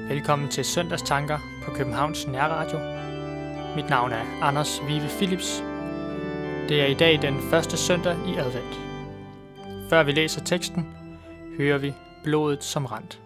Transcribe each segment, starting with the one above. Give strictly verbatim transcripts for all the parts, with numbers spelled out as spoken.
Velkommen til Søndagstanker på Københavns Nærradio. Mit navn er Anders Vive Philips. Det er i dag den første søndag i advent. Før vi læser teksten, hører vi blodet som rant.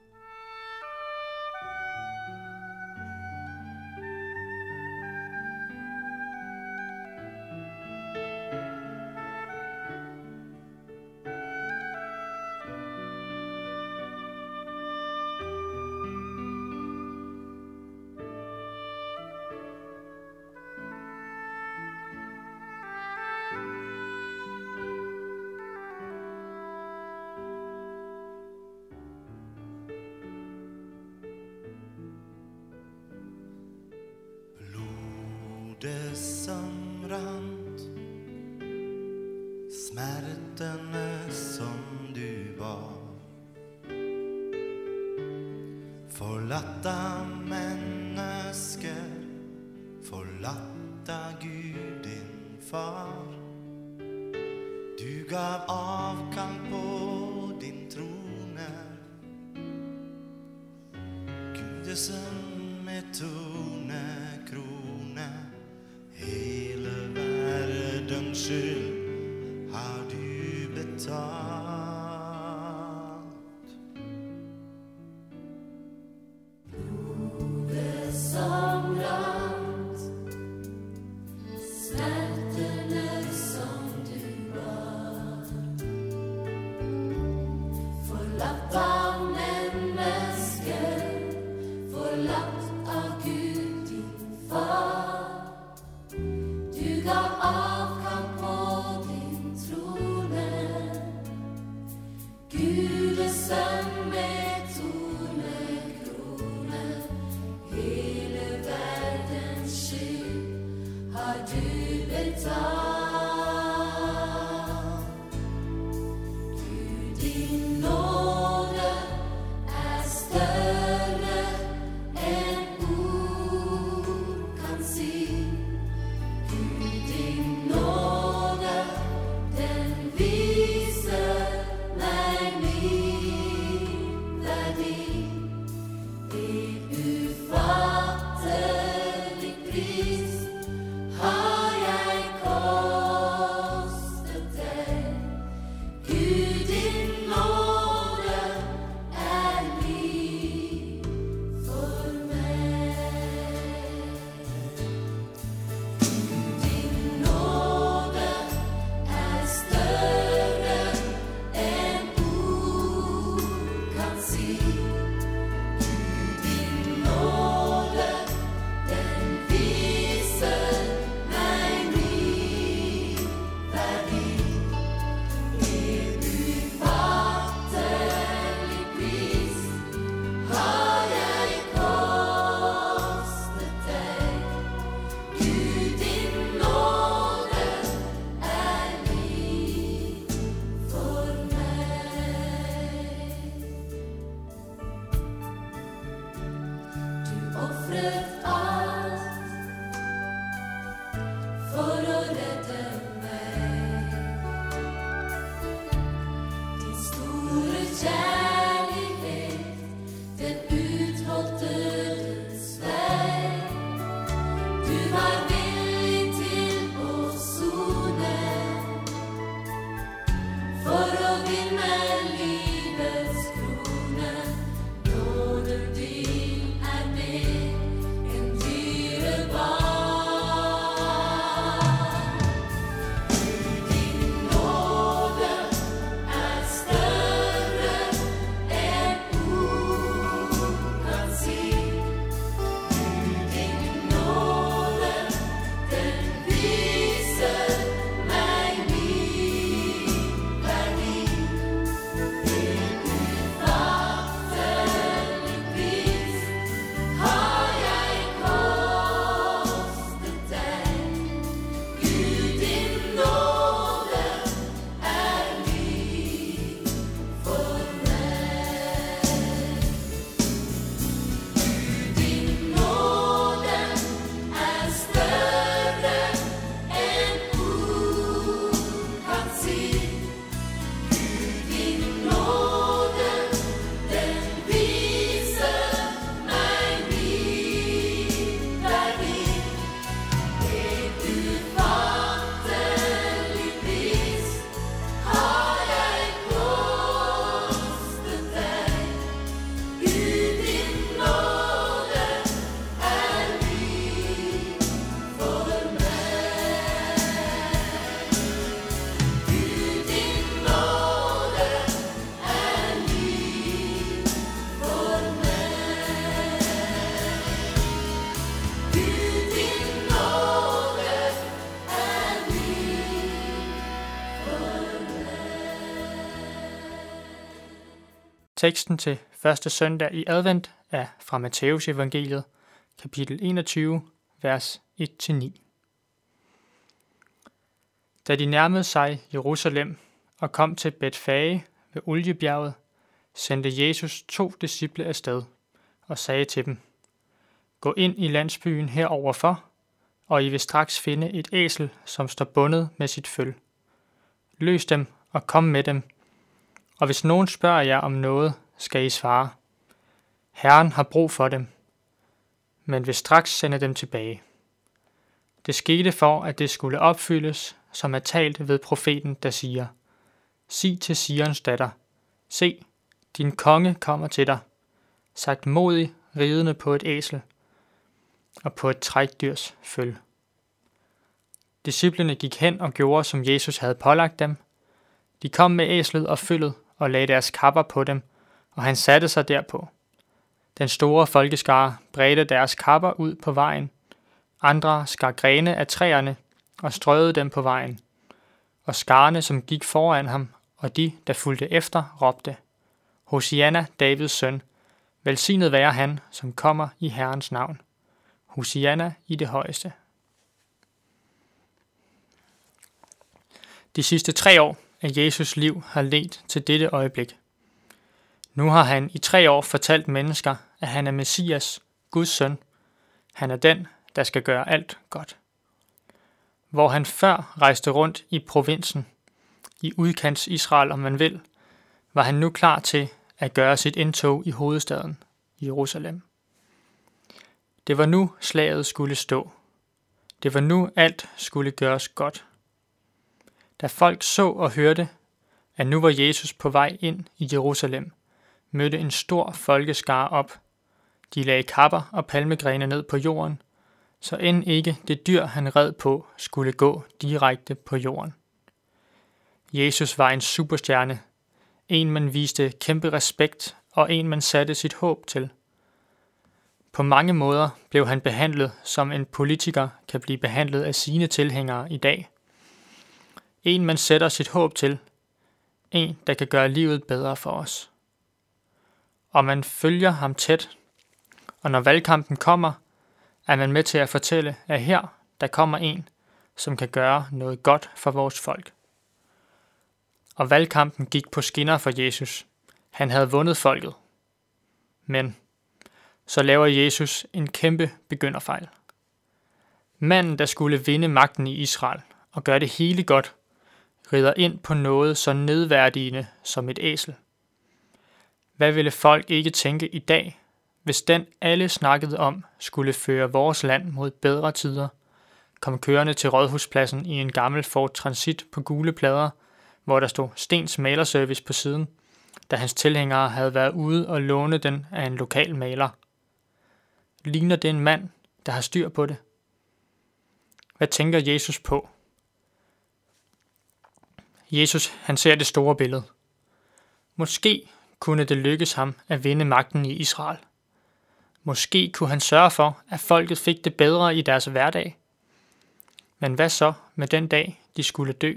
Det som rant, smertene som du bar, forlatt av mennesker, forlatt av Gud din far. Du gav avkall på din trone, Gudesen med tornekrone. Hele verdens skyld har du betalt. Blodet som rant, smertene som du bar, forlatt av mennesker, forlatt av Gud din far. Du gav avkall på din trone, Gudesen med tornekrone. Hele verdens skyld har du betalt. Gud, din nåde er større enn ord kan si. Nåden din er mer Teksten til første søndag i advent er fra Matteus evangeliet, kapitel enogtyve, vers et til ni. Da de nærmede sig Jerusalem og kom til Betfage ved Oliebjerget, sendte Jesus to disciple afsted og sagde til dem: Gå ind i landsbyen heroverfor, og I vil straks finde et æsel, som står bundet med sit føl. Løs dem og kom med dem, og hvis nogen spørger jer om noget, skal I svare: Herren har brug for dem, men vil straks sende dem tilbage. Det skete for, at det skulle opfyldes, som er talt ved profeten, der siger: Sig til Sions datter: Se, din konge kommer til dig, sagt modig, ridende på et æsel og på et trækdyrs føl. Disciplene gik hen og gjorde, som Jesus havde pålagt dem. De kom med æslet og føllet og lagde deres kapper på dem, og han satte sig derpå. Den store folkeskare bredte deres kapper ud på vejen. Andre skar grene af træerne og strøede dem på vejen. Og skarne, som gik foran ham, og de, der fulgte efter, råbte: Hosianna, Davids søn, velsignet være han, som kommer i Herrens navn. Hosianna i det højeste. De sidste tre år af Jesus liv har ledt til dette øjeblik. Nu har han i tre år fortalt mennesker, at han er Messias, Guds søn. Han er den, der skal gøre alt godt. Hvor han før rejste rundt i provinsen, i udkants Israel om man vil, var han nu klar til at gøre sit indtog i hovedstaden, Jerusalem. Det var nu slaget skulle stå. Det var nu alt skulle gøres godt. Da folk så og hørte, at nu var Jesus på vej ind i Jerusalem, mødte en stor folkeskare op. De lagde kapper og palmegrene ned på jorden, så end ikke det dyr, han red på, skulle gå direkte på jorden. Jesus var en superstjerne, en man viste kæmpe respekt og en man satte sit håb til. På mange måder blev han behandlet, som en politiker kan blive behandlet af sine tilhængere i dag. En man sætter sit håb til, en der kan gøre livet bedre for os. Og man følger ham tæt, og når valgkampen kommer, er man med til at fortælle, at her der kommer en, som kan gøre noget godt for vores folk. Og valgkampen gik på skinner for Jesus. Han havde vundet folket. Men så laver Jesus en kæmpe begynderfejl. Manden, der skulle vinde magten i Israel og gøre det hele godt, rider ind på noget så nedværdigende som et æsel. Hvad ville folk ikke tænke i dag, hvis den alle snakkede om skulle føre vores land mod bedre tider, kom kørende til Rådhuspladsen i en gammel Ford Transit på gule plader, hvor der stod Stens malerservice på siden, da hans tilhængere havde været ude og låne den af en lokal maler. Ligner det en mand, der har styr på det? Hvad tænker Jesus på? Jesus, han ser det store billede. Måske kunne det lykkes ham at vinde magten i Israel. Måske kunne han sørge for, at folket fik det bedre i deres hverdag. Men hvad så med den dag, de skulle dø?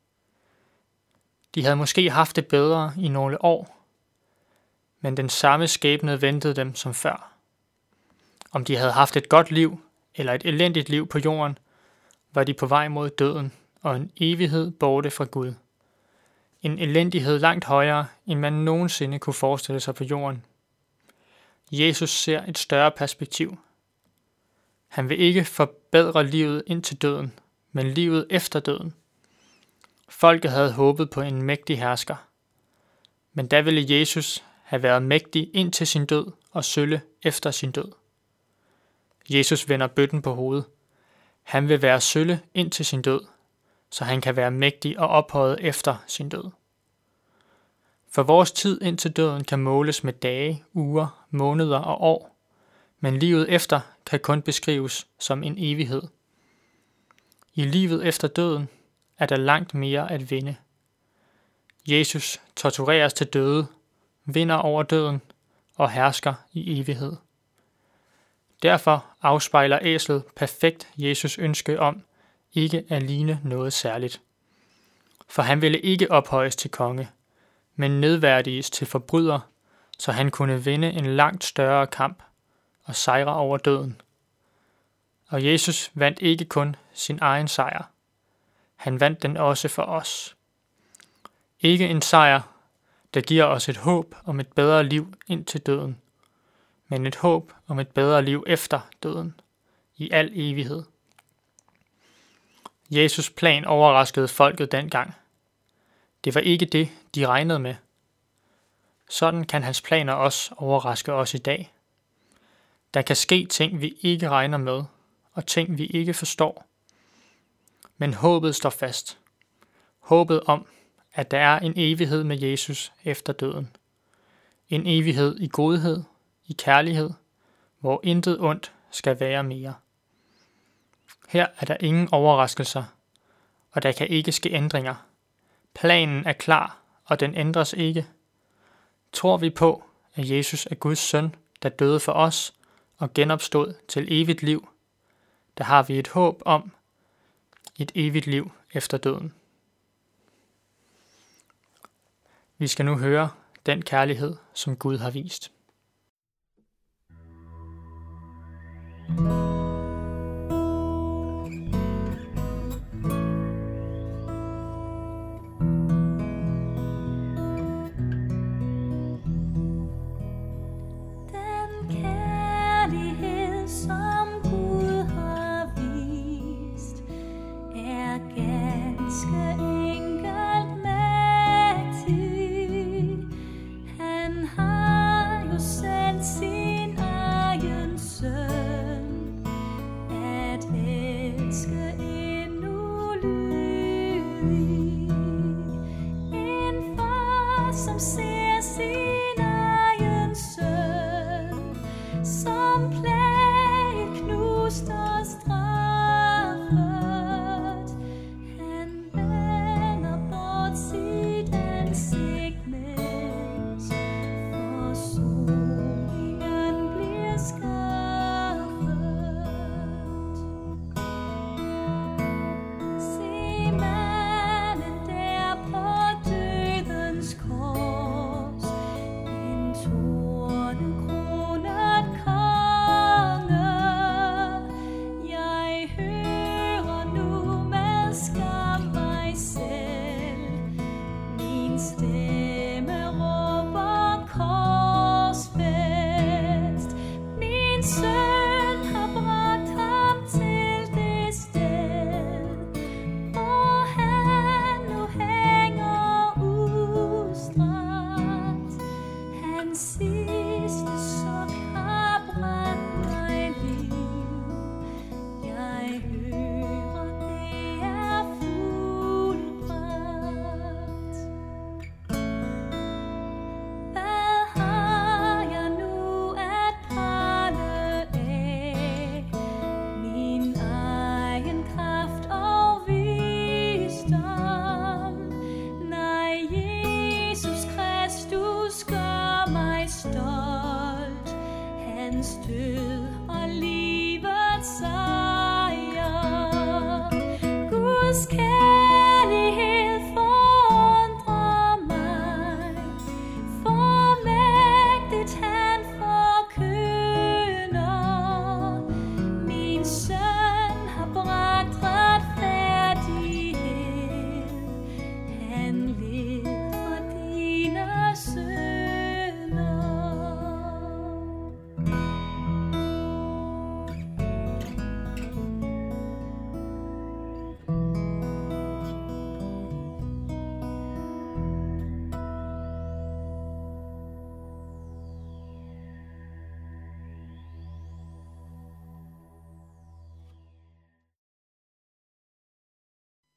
De havde måske haft det bedre i nogle år, men den samme skæbne ventede dem som før. Om de havde haft et godt liv eller et elendigt liv på jorden, var de på vej mod døden og en evighed borte fra Gud. En elendighed langt højere, end man nogensinde kunne forestille sig på jorden. Jesus ser et større perspektiv. Han vil ikke forbedre livet indtil døden, men livet efter døden. Folket havde håbet på en mægtig hersker. Men da ville Jesus have været mægtig indtil sin død og sølle efter sin død. Jesus vender bøtten på hovedet. Han vil være sølle indtil sin død, så han kan være mægtig og ophøjet efter sin død. For vores tid indtil døden kan måles med dage, uger, måneder og år, men livet efter kan kun beskrives som en evighed. I livet efter døden er der langt mere at vinde. Jesus tortureres til døde, vinder over døden og hersker i evighed. Derfor afspejler æslet perfekt Jesus ønske om ikke at ligne noget særligt. For han ville ikke ophøjes til konge, men nedværdiges til forbryder så han kunne vinde en langt større kamp og sejre over døden. Og Jesus vandt ikke kun sin egen sejr. Han vandt den også for os. Ikke en sejr, der giver os et håb om et bedre liv indtil døden, men et håb om et bedre liv efter døden, i al evighed. Jesus' plan overraskede folket dengang. Det var ikke det, de regnede med. Sådan kan hans planer også overraske os i dag. Der kan ske ting, vi ikke regner med, og ting, vi ikke forstår. Men håbet står fast. Håbet om, at der er en evighed med Jesus efter døden. En evighed i godhed, i kærlighed, hvor intet ondt skal være mere. Her er der ingen overraskelser, og der kan ikke ske ændringer. Planen er klar, og den ændres ikke. Tror vi på, at Jesus er Guds søn, der døde for os og genopstod til evigt liv, der har vi et håb om et evigt liv efter døden. Vi skal nu høre den kærlighed, som Gud har vist. Som ser sin egen søn, som plage knust og straffet. Han vender bort sit ansigt, mens forsoningen bliver skaffet. Se manden der på dødens kors, en tornekronet konge. Jeg hører nu med skam mig selv, min stemme råber korsfæst. Min søn har bragt ham til det sted, hvor han nu hænger udstrakt. Hans sidste suk har brændt mig liv. Jeg hører, det er fuldbragt. Hvad har jeg nu at prale af? Min egen kraft og visdom? Nej, Jesus Kristus gør mig stolt. Hans død og livet sig